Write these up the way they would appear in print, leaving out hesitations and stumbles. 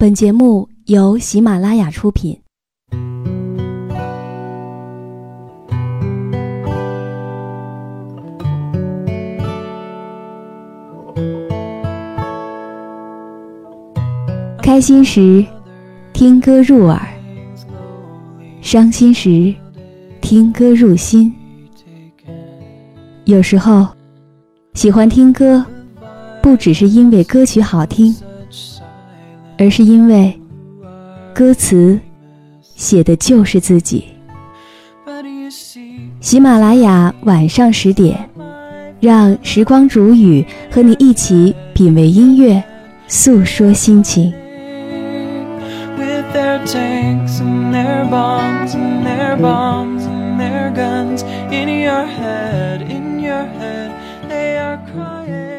本节目由喜马拉雅出品。开心时听歌入耳，伤心时听歌入心。有时候喜欢听歌，不只是因为歌曲好听，而是因为歌词写的就是自己。喜马拉雅晚上10点，让时光煮雨和你一起品味音乐，诉说心情。 Their tanks and their bombs and their bombs and their guns in your head, they are crying.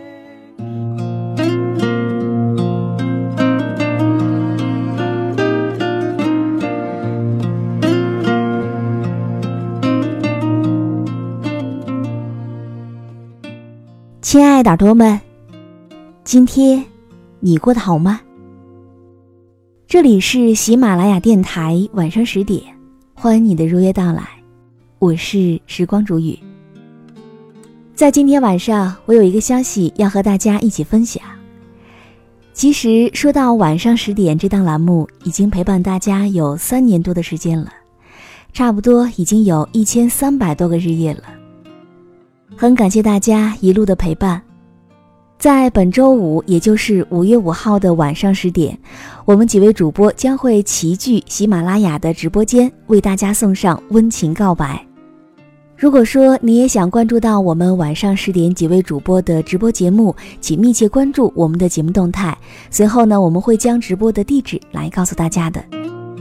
亲爱的耳朵们，今天你过得好吗？这里是喜马拉雅电台晚上10点，欢迎你的如约到来，我是时光煮雨。在今天晚上，我有一个消息要和大家一起分享。其实说到晚上10点这档栏目，已经陪伴大家有3年多的时间了，差不多已经有1300多个日夜了。很感谢大家一路的陪伴。在本周五，也就是5月5号的晚上10点，我们几位主播将会齐聚喜马拉雅的直播间，为大家送上温情告白。如果说你也想关注到我们晚上10点几位主播的直播节目，请密切关注我们的节目动态，随后呢，我们会将直播的地址来告诉大家的。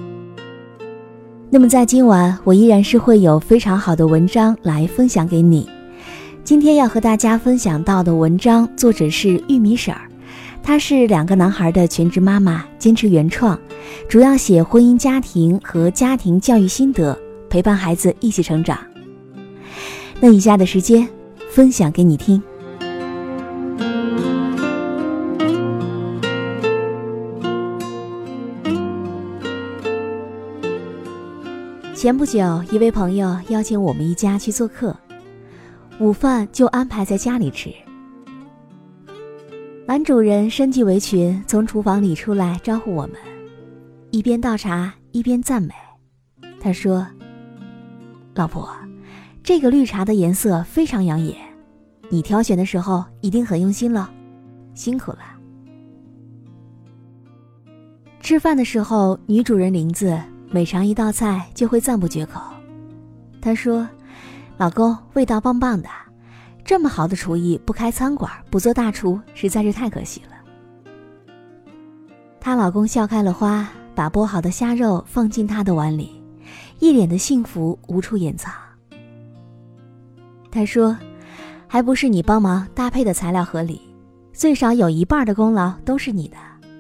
那么在今晚，我依然是会有非常好的文章来分享给你。今天要和大家分享到的文章，作者是玉米婶儿，她是2个男孩的全职妈妈，坚持原创，主要写婚姻家庭和家庭教育心得，陪伴孩子一起成长。那以下的时间分享给你听。前不久，一位朋友邀请我们一家去做客，午饭就安排在家里吃。男主人身具围裙从厨房里出来招呼我们，一边倒茶一边赞美。他说：老婆，这个绿茶的颜色非常养眼，你挑选的时候一定很用心了，辛苦了。吃饭的时候，女主人林子每尝一道菜就会赞不绝口。她说：老公，味道棒棒的，这么好的厨艺不开餐馆不做大厨实在是太可惜了。她老公笑开了花，把剥好的虾肉放进她的碗里，一脸的幸福无处掩藏。她说：还不是你帮忙搭配的材料合理，最少有1半的功劳都是你的。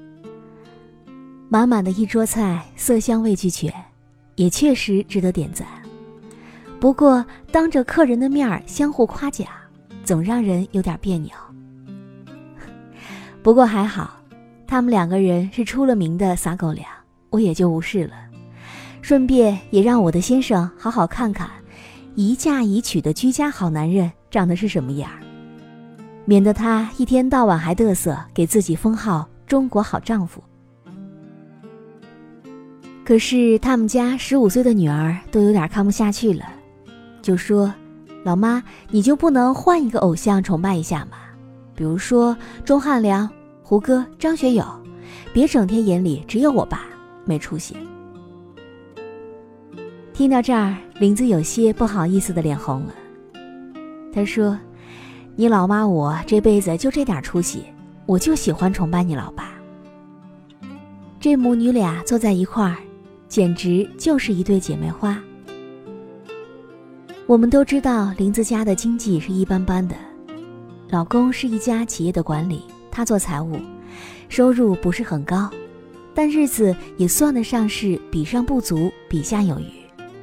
满满的一桌菜，色香味俱全，也确实值得点赞。不过当着客人的面相互夸奖，总让人有点别扭。不过还好，他们2个人是出了名的撒狗粮，我也就无视了，顺便也让我的先生好好看看一嫁一娶的居家好男人长得是什么样，免得他一天到晚还嘚瑟，给自己封号中国好丈夫。可是他们家15岁的女儿都有点看不下去了，就说：老妈，你就不能换一个偶像崇拜一下吗？比如说钟汉良、胡歌、张学友，别整天眼里只有我爸，没出息。听到这儿，林子有些不好意思的脸红了。她说：你老妈我这辈子就这点出息，我就喜欢崇拜你老爸。这母女俩坐在一块儿，简直就是一对姐妹花。我们都知道林子家的经济是一般般的，老公是一家企业的管理，他做财务，收入不是很高，但日子也算得上是比上不足，比下有余。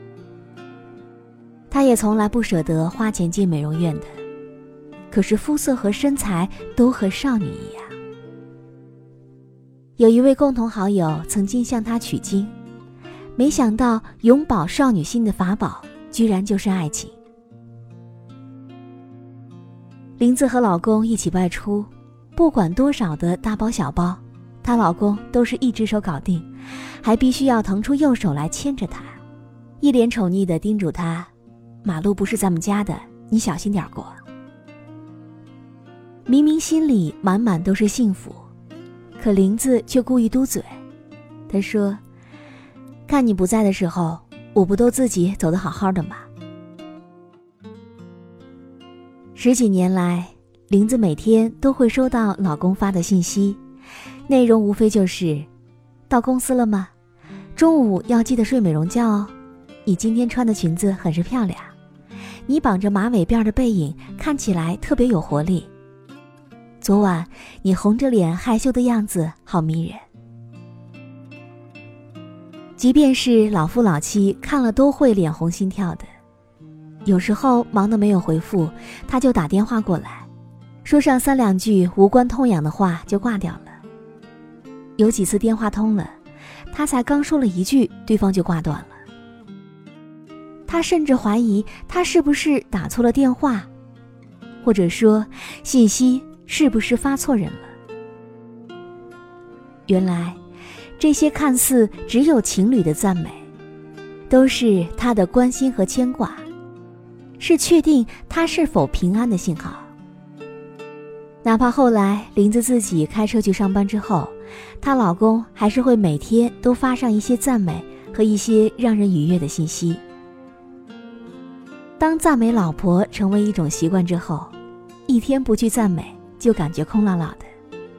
他也从来不舍得花钱进美容院的，可是肤色和身材都和少女一样。 有一位共同好友曾经向她取经，没想到永葆少女心的法宝居然就是爱情。林子和老公一起外出，不管多少的大包小包，她老公都是一只手搞定，还必须要腾出右手来牵着她，一脸宠溺地叮嘱她，马路不是咱们家的，你小心点过。明明心里满满都是幸福，可林子却故意嘟嘴。她说，看你不在的时候，我不都自己走得好好的吗？10几年来，林子每天都会收到老公发的信息，内容无非就是到公司了吗？中午要记得睡美容觉哦。你今天穿的裙子很是漂亮，你绑着马尾辫的背影看起来特别有活力。昨晚你红着脸害羞的样子好迷人。即便是老夫老妻看了都会脸红心跳的，有时候忙得没有回复，他就打电话过来，说上3两句无关痛痒的话就挂掉了。有几次电话通了，他才刚说了一句，对方就挂断了。他甚至怀疑他是不是打错了电话，或者说信息是不是发错人了。原来这些看似只有情侣的赞美，都是他的关心和牵挂，是确定他是否平安的信号。哪怕后来林子自己开车去上班之后，她老公还是会每天都发上一些赞美和一些让人愉悦的信息。当赞美老婆成为一种习惯之后，一天不去赞美就感觉空落落的。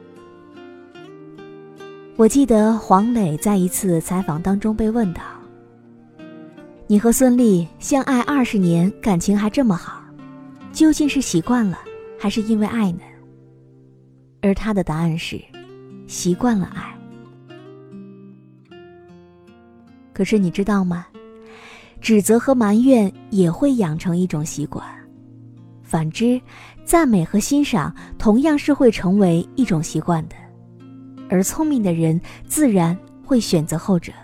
我记得黄磊在一次采访当中被问到，你和孙俪相爱20年，感情还这么好，究竟是习惯了还是因为爱呢？而他的答案是习惯了爱。可是你知道吗？指责和埋怨也会养成一种习惯，反之，赞美和欣赏同样是会成为一种习惯的，而聪明的人自然会选择后者。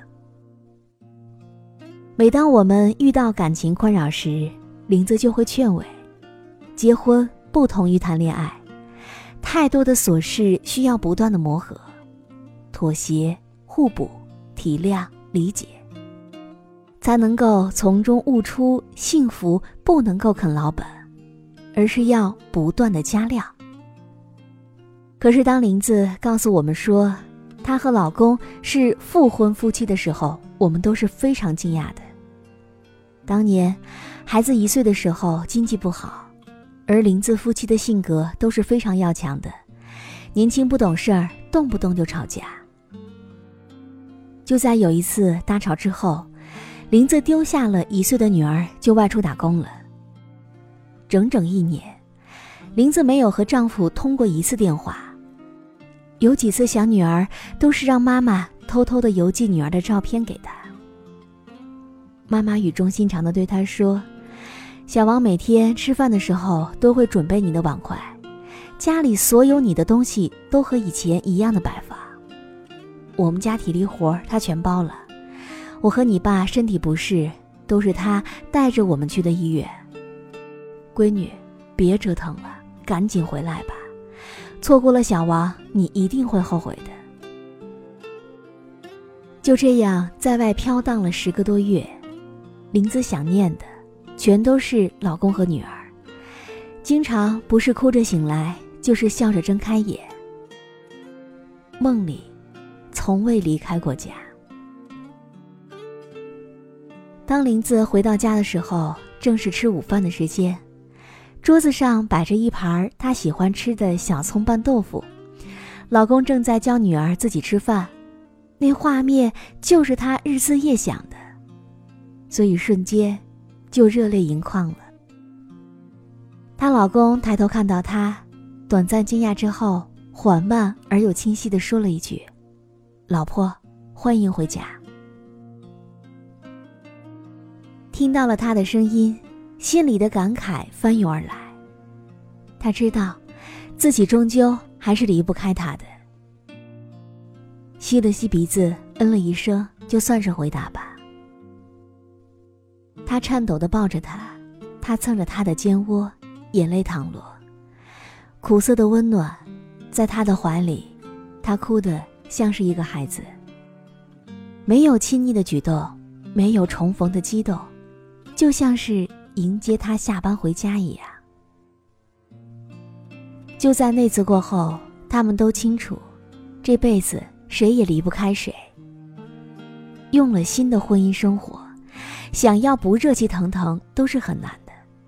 每当我们遇到感情困扰时，林子就会劝慰，结婚不同于谈恋爱，太多的琐事需要不断的磨合、妥协、互补、体谅、理解，才能够从中悟出幸福不能够啃老本，而是要不断的加料。可是当林子告诉我们说她和老公是复婚夫妻的时候，我们都是非常惊讶的。当年孩子1岁的时候经济不好，而林子夫妻的性格都是非常要强的，年轻不懂事儿，动不动就吵架。就在有一次大吵之后，林子丢下了1岁的女儿就外出打工了。整整1年，林子没有和丈夫通过1次电话，有几次想女儿都是让妈妈偷偷地邮寄女儿的照片给她。妈妈语重心长地对她说，小王每天吃饭的时候都会准备你的碗筷，家里所有你的东西都和以前一样的摆放，我们家体力活他全包了，我和你爸身体不适都是他带着我们去的医院。闺女，别折腾了，赶紧回来吧，错过了小王你一定会后悔的。就这样在外飘荡了10个多月，林子想念的全都是老公和女儿，经常不是哭着醒来，就是笑着睁开眼，梦里从未离开过家。当林子回到家的时候，正是吃午饭的时间，桌子上摆着一盘她喜欢吃的小葱拌豆腐，老公正在教女儿自己吃饭，那画面就是她日思夜想的，所以瞬间就热泪盈眶了。她老公抬头看到她，短暂惊讶之后，缓慢而又清晰地说了一句，老婆，欢迎回家。听到了他的声音，心里的感慨翻涌而来。他知道自己终究还是离不开他的。 吸了吸鼻子，嗯了一声，就算是回答吧。他颤抖地抱着他，他蹭着他的肩窝，眼泪淌落，苦涩的温暖在他的怀里，他哭得像是一个孩子。没有亲昵的举动，没有重逢的激动，就像是迎接他下班回家一样。就在那次过后，他们都清楚，这辈子谁也离不开谁。用了心的婚姻生活，想要不热气腾腾都是很难的。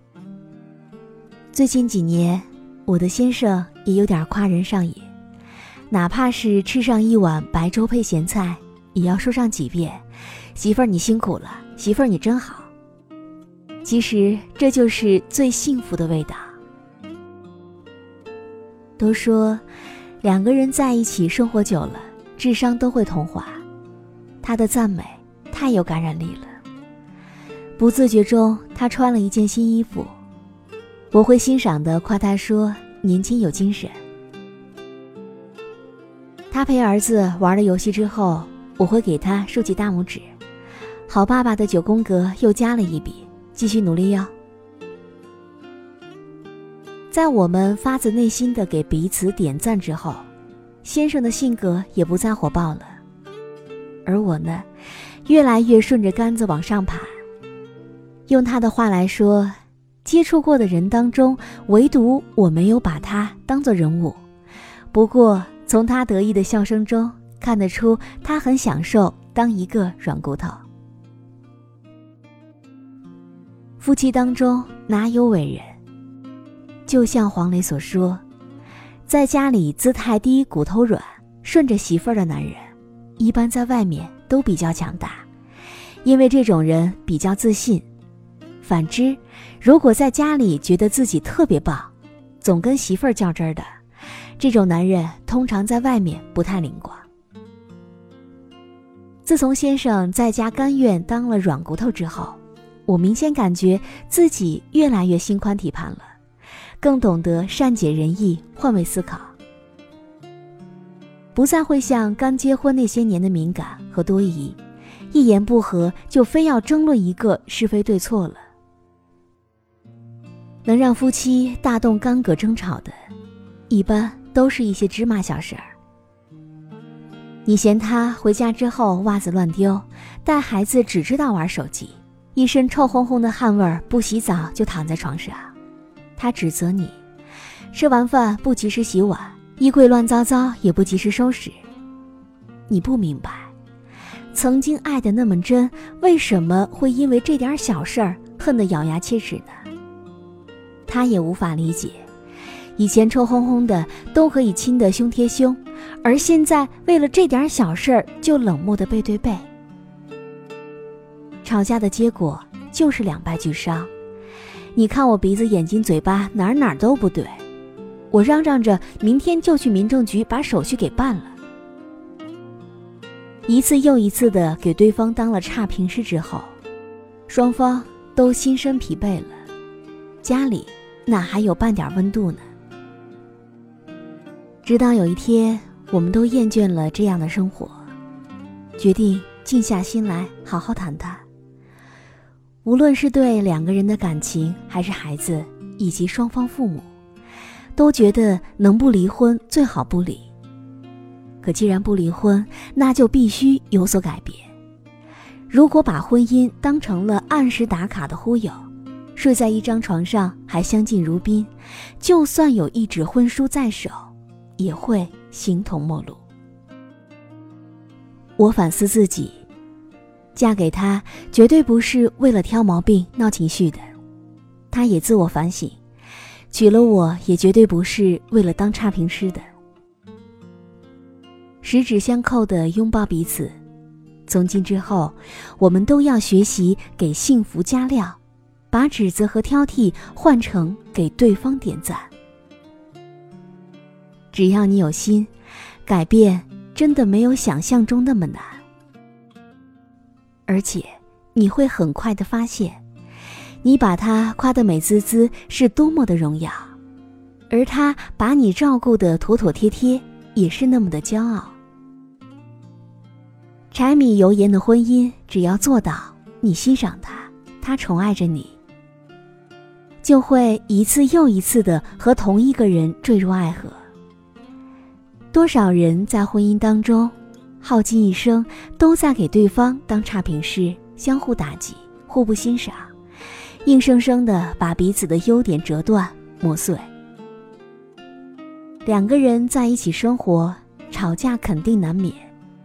最近几年，我的先生也有点夸人上瘾，哪怕是吃上一碗白粥配咸菜，也要说上几遍，媳妇儿你辛苦了，媳妇儿你真好。其实这就是最幸福的味道。都说两个人在一起生活久了，智商都会同化。他的赞美太有感染力了。不自觉中，他穿了一件新衣服，我会欣赏地夸他说年轻有精神。他陪儿子玩了游戏之后，我会给他竖起大拇指，好爸爸的9宫格又加了一笔，继续努力哟。在我们发自内心的给彼此点赞之后，先生的性格也不再火爆了，而我呢，越来越顺着杆子往上爬。用他的话来说，接触过的人当中，唯独我没有把他当作人物。不过从他得意的笑声中看得出，他很享受当一个软骨头。夫妻当中哪有伟人？就像黄磊所说，在家里姿态低骨头软顺着媳妇儿的男人，一般在外面都比较强大，因为这种人比较自信。反之，如果在家里觉得自己特别棒，总跟媳妇儿较真儿的，这种男人通常在外面不太灵光。自从先生在家甘愿当了软骨头之后，我明显感觉自己越来越心宽体盘了，更懂得善解人意，换位思考，不再会像刚结婚那些年的敏感和多疑，一言不合就非要争论一个是非对错了。能让夫妻大动干戈争吵的，一般都是一些芝麻小事儿。你嫌他回家之后袜子乱丢，带孩子只知道玩手机，一身臭烘烘的汗味儿，不洗澡就躺在床上。他指责你吃完饭不及时洗碗，衣柜乱糟糟也不及时收拾。你不明白，曾经爱得那么真，为什么会因为这点小事儿恨得咬牙切齿呢？他也无法理解，以前臭烘烘的都可以亲得胸贴胸，而现在为了这点小事儿就冷漠的背对背。吵架的结果就是两败俱伤。你看我鼻子眼睛嘴巴哪儿都不对，我嚷嚷着明天就去民政局把手续给办了。一次又一次的给对方当了差评师之后，双方都心生疲惫了，家里哪还有半点温度呢？直到有一天，我们都厌倦了这样的生活，决定静下心来好好谈谈。无论是对两个人的感情，还是孩子，以及双方父母，都觉得能不离婚最好不离。可既然不离婚，那就必须有所改变。如果把婚姻当成了按时打卡的忽悠，睡在一张床上还相敬如宾，就算有一纸婚书在手，也会形同陌路。我反思自己，嫁给他绝对不是为了挑毛病闹情绪的，他也自我反省，娶了我也绝对不是为了当差评师的。十指相扣地拥抱彼此，从今之后，我们都要学习给幸福加料，把指责和挑剔换成给对方点赞。只要你有心，改变真的没有想象中那么难。而且你会很快地发现，你把他夸得美滋滋是多么的荣耀，而他把你照顾得妥妥帖帖也是那么的骄傲。 柴米油盐的婚姻，只要做到你欣赏他，他宠爱着你，就会一次又一次地和同一个人坠入爱河。多少人在婚姻当中耗尽一生，都在给对方当差评师，相互打击，互不欣赏，硬生生地把彼此的优点折断磨碎。两个人在一起生活，吵架肯定难免，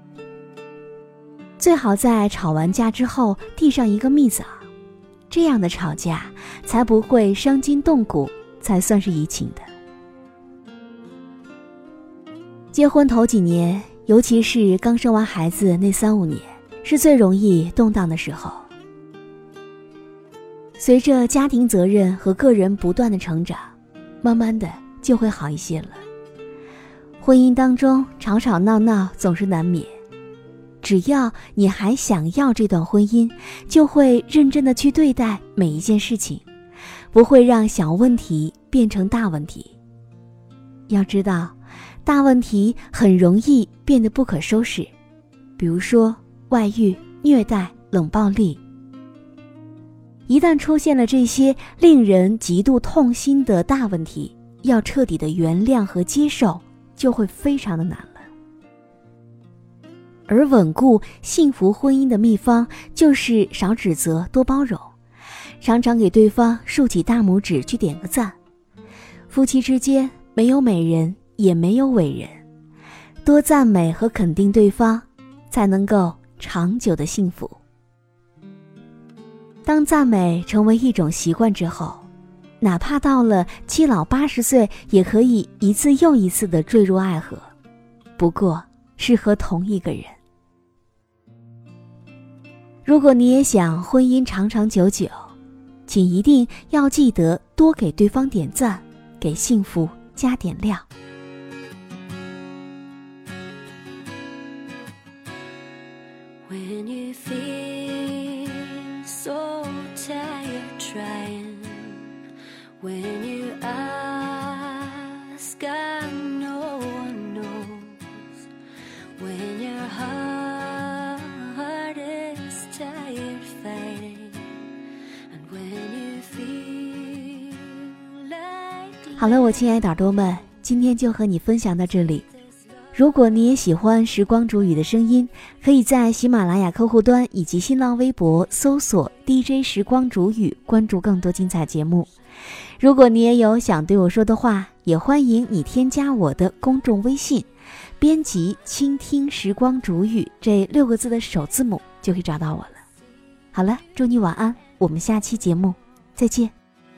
最好在吵完架之后递上一个蜜枣，这样的吵架才不会伤筋动骨，才算是怡情的。结婚头几年，尤其是刚生完孩子那3-5年，是最容易动荡的时候。随着家庭责任和个人不断的成长，慢慢的就会好一些了。婚姻当中吵吵闹闹总是难免，只要你还想要这段婚姻，就会认真的去对待每一件事情，不会让小问题变成大问题。要知道，大问题很容易变得不可收拾，比如说外遇、虐待、冷暴力。一旦出现了这些令人极度痛心的大问题，要彻底的原谅和接受，就会非常的难了。而稳固幸福婚姻的秘方，就是少指责，多包容，常常给对方竖起大拇指去点个赞。夫妻之间没有美人，也没有伟人，多赞美和肯定对方，才能够长久的幸福。当赞美成为一种习惯之后，哪怕到了7老80岁，也可以一次又一次地坠入爱河，不过是和同一个人。如果你也想婚姻长长久久，请一定要记得多给对方点赞，给幸福加点料。 When you feel so tired trying, when you ask and no one knows, when your heart is tired fighting, and when you feel like 好了，我亲爱的耳朵们，今天就和你分享到这里。如果你也喜欢时光煮雨的声音，可以在喜马拉雅客户端以及新浪微博搜索 DJ 时光煮雨，关注更多精彩节目。如果你也有想对我说的话，也欢迎你添加我的公众微信，编辑倾听时光煮雨这6个字的首字母，就可以找到我了。好了，祝你晚安，我们下期节目再见。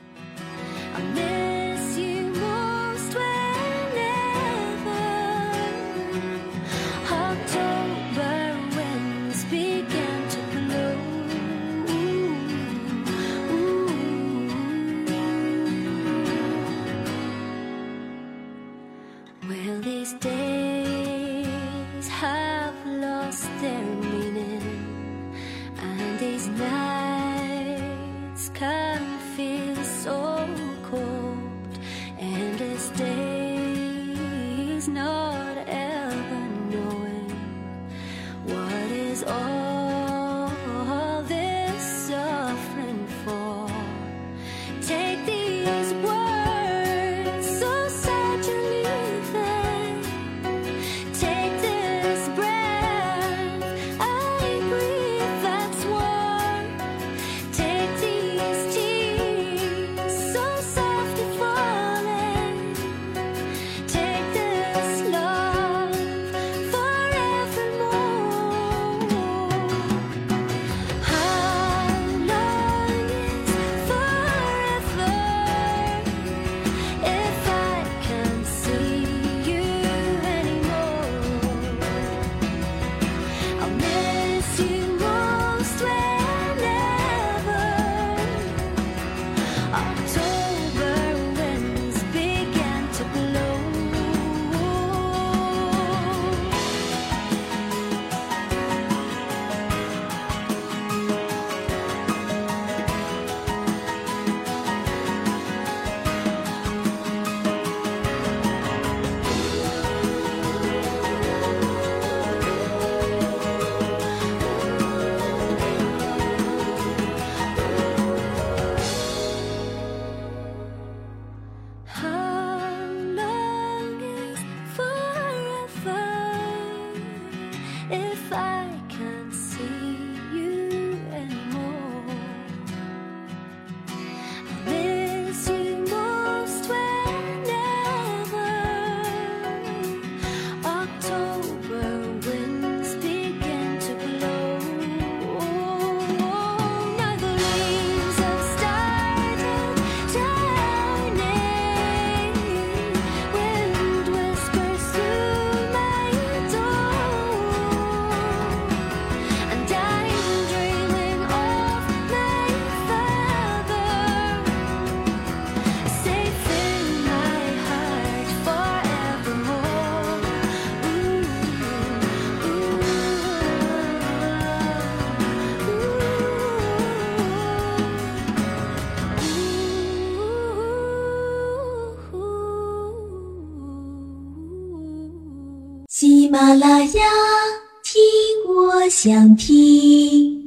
Well, these days have lost their meaning, and these nights can feel so cold, and this day's not ever knowing what is all this suffering for. Take these words so sad you leave them. Take this breath I breathe that's warm. Take these tears so softly falling. Take this love forevermore. I can't see you anymore. I miss you most whenever October winds begin to blow. Now the leaves have started shining. Wind whispers through my door, and I'm dreaming of my father, safe in my heart forevermore. 喜马拉雅，听我想听。